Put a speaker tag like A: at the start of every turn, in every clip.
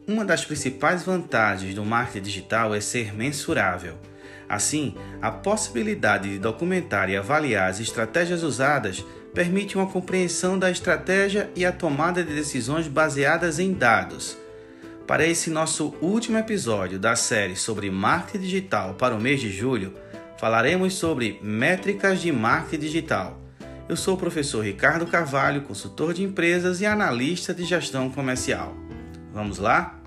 A: Uma das principais vantagens do marketing digital é ser mensurável. Assim, a possibilidade de documentar e avaliar as estratégias usadas permite uma compreensão da estratégia e a tomada de decisões baseadas em dados. Para esse nosso último episódio da série sobre marketing digital para o mês de julho, falaremos sobre métricas de marketing digital. Eu sou o professor Ricardo Carvalho, consultor de empresas e analista de gestão comercial. Vamos lá?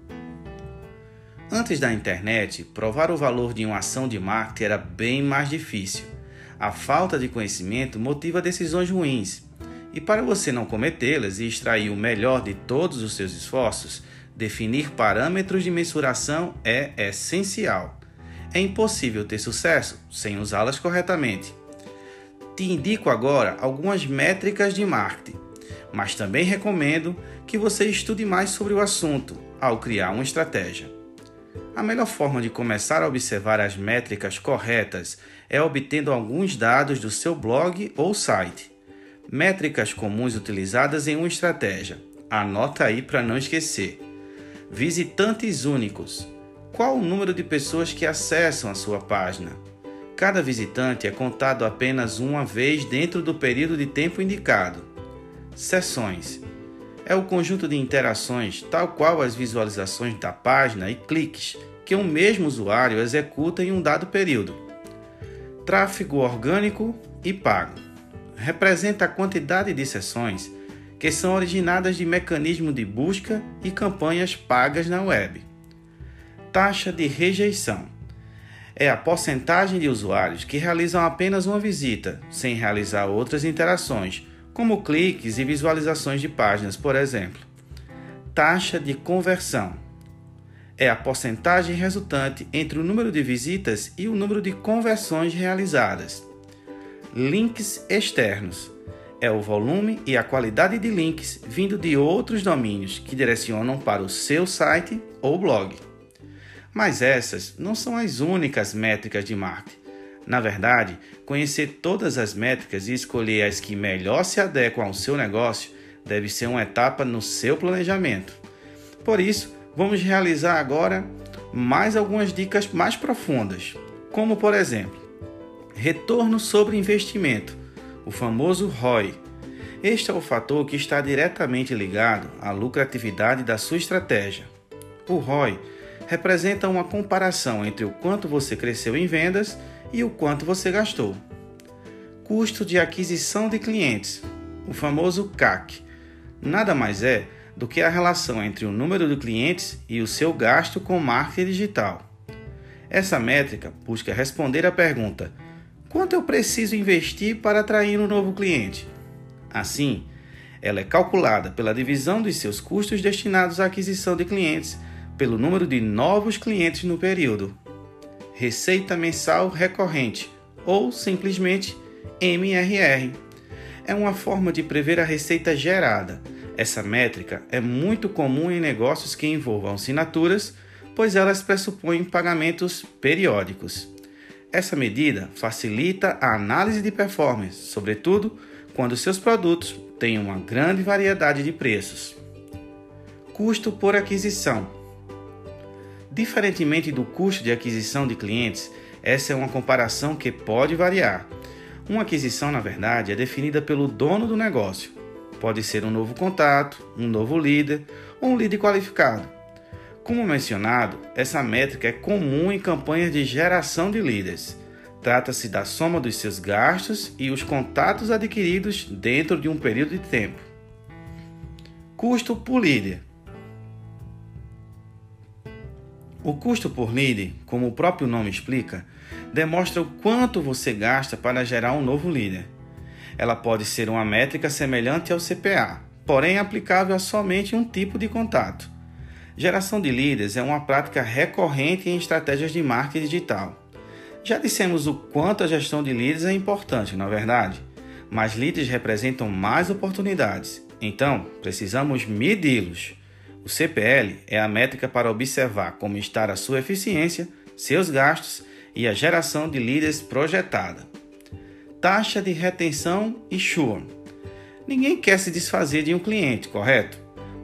A: Antes da internet, provar o valor de uma ação de marketing era bem mais difícil. A falta de conhecimento motiva decisões ruins. E para você não cometê-las e extrair o melhor de todos os seus esforços, definir parâmetros de mensuração é essencial. É impossível ter sucesso sem usá-las corretamente. Te indico agora algumas métricas de marketing, mas também recomendo que você estude mais sobre o assunto ao criar uma estratégia. A melhor forma de começar a observar as métricas corretas é obtendo alguns dados do seu blog ou site. Métricas comuns utilizadas em uma estratégia. Anota aí para não esquecer. Visitantes únicos. Qual o número de pessoas que acessam a sua página? Cada visitante é contado apenas uma vez dentro do período de tempo indicado. Sessões. É o conjunto de interações, tal qual as visualizações da página e cliques, que um mesmo usuário executa em um dado período. Tráfego orgânico e pago. Representa a quantidade de sessões que são originadas de mecanismos de busca e campanhas pagas na web. Taxa de rejeição. É a porcentagem de usuários que realizam apenas uma visita, sem realizar outras interações, como cliques e visualizações de páginas, por exemplo. Taxa de conversão. É a porcentagem resultante entre o número de visitas e o número de conversões realizadas. Links externos. É o volume e a qualidade de links vindo de outros domínios que direcionam para o seu site ou blog. Mas essas não são as únicas métricas de marketing. Na verdade, conhecer todas as métricas e escolher as que melhor se adequam ao seu negócio deve ser uma etapa no seu planejamento. Por isso, vamos realizar agora mais algumas dicas mais profundas, como por exemplo, retorno sobre investimento, o famoso ROI. Este é o fator que está diretamente ligado à lucratividade da sua estratégia. O ROI representa uma comparação entre o quanto você cresceu em vendas e o quanto você gastou. Custo de aquisição de clientes, o famoso CAC, nada mais é do que a relação entre o número de clientes e o seu gasto com marketing digital. Essa métrica busca responder à pergunta: quanto eu preciso investir para atrair um novo cliente? Assim, ela é calculada pela divisão dos seus custos destinados à aquisição de clientes pelo número de novos clientes no período. Receita mensal recorrente, ou simplesmente MRR. É uma forma de prever a receita gerada. Essa métrica é muito comum em negócios que envolvam assinaturas, pois elas pressupõem pagamentos periódicos. Essa medida facilita a análise de performance, sobretudo quando seus produtos têm uma grande variedade de preços. Custo por aquisição. Diferentemente do custo de aquisição de clientes, essa é uma comparação que pode variar. Uma aquisição, na verdade, é definida pelo dono do negócio. Pode ser um novo contato, um novo líder ou um líder qualificado. Como mencionado, essa métrica é comum em campanhas de geração de líderes. Trata-se da soma dos seus gastos e os contatos adquiridos dentro de um período de tempo. Custo por líder. O custo por lead, como o próprio nome explica, demonstra o quanto você gasta para gerar um novo líder. Ela pode ser uma métrica semelhante ao CPA, porém aplicável a somente um tipo de contato. Geração de leads é uma prática recorrente em estratégias de marketing digital. Já dissemos o quanto a gestão de leads é importante, não é verdade? Mas leads representam mais oportunidades, então precisamos medi-los. O CPL é a métrica para observar como está a sua eficiência, seus gastos e a geração de leads projetada. Taxa de retenção e churn. Ninguém quer se desfazer de um cliente, correto?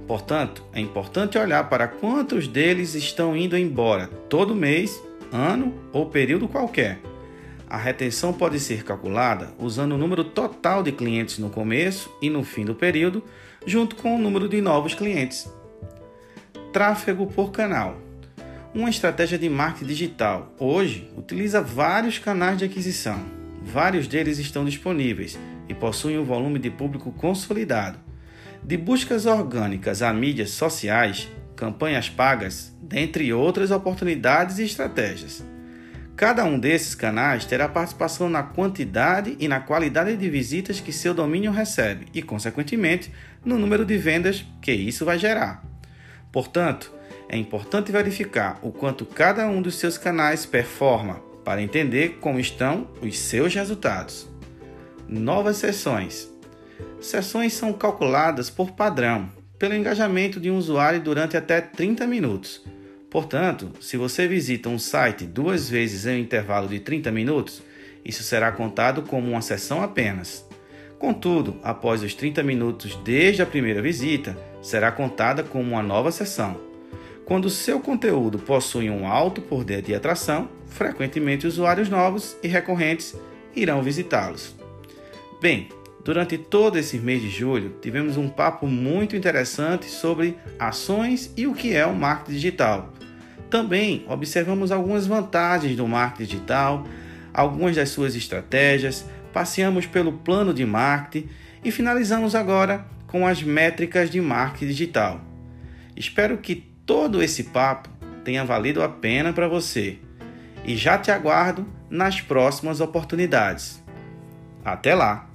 A: Portanto, é importante olhar para quantos deles estão indo embora todo mês, ano ou período qualquer. A retenção pode ser calculada usando o número total de clientes no começo e no fim do período, junto com o número de novos clientes. Tráfego por canal. Uma estratégia de marketing digital hoje utiliza vários canais de aquisição. Vários deles estão disponíveis e possuem um volume de público consolidado. De buscas orgânicas a mídias sociais, campanhas pagas, dentre outras oportunidades e estratégias. Cada um desses canais terá participação na quantidade e na qualidade de visitas que seu domínio recebe e, consequentemente, no número de vendas que isso vai gerar. Portanto, é importante verificar o quanto cada um dos seus canais performa para entender como estão os seus resultados. Novas sessões. Sessões são calculadas por padrão, pelo engajamento de um usuário durante até 30 minutos. Portanto, se você visita um site 2 vezes em um intervalo de 30 minutos, isso será contado como uma sessão apenas. Contudo, após os 30 minutos desde a primeira visita, será contada como uma nova sessão. Quando o seu conteúdo possui um alto poder de atração, frequentemente usuários novos e recorrentes irão visitá-los. Bem, durante todo esse mês de julho, tivemos um papo muito interessante sobre ações e o que é o marketing digital. Também observamos algumas vantagens do marketing digital, algumas das suas estratégias, passeamos pelo plano de marketing e finalizamos agora com as métricas de marketing digital. Espero que todo esse papo tenha valido a pena para você e já te aguardo nas próximas oportunidades. Até lá!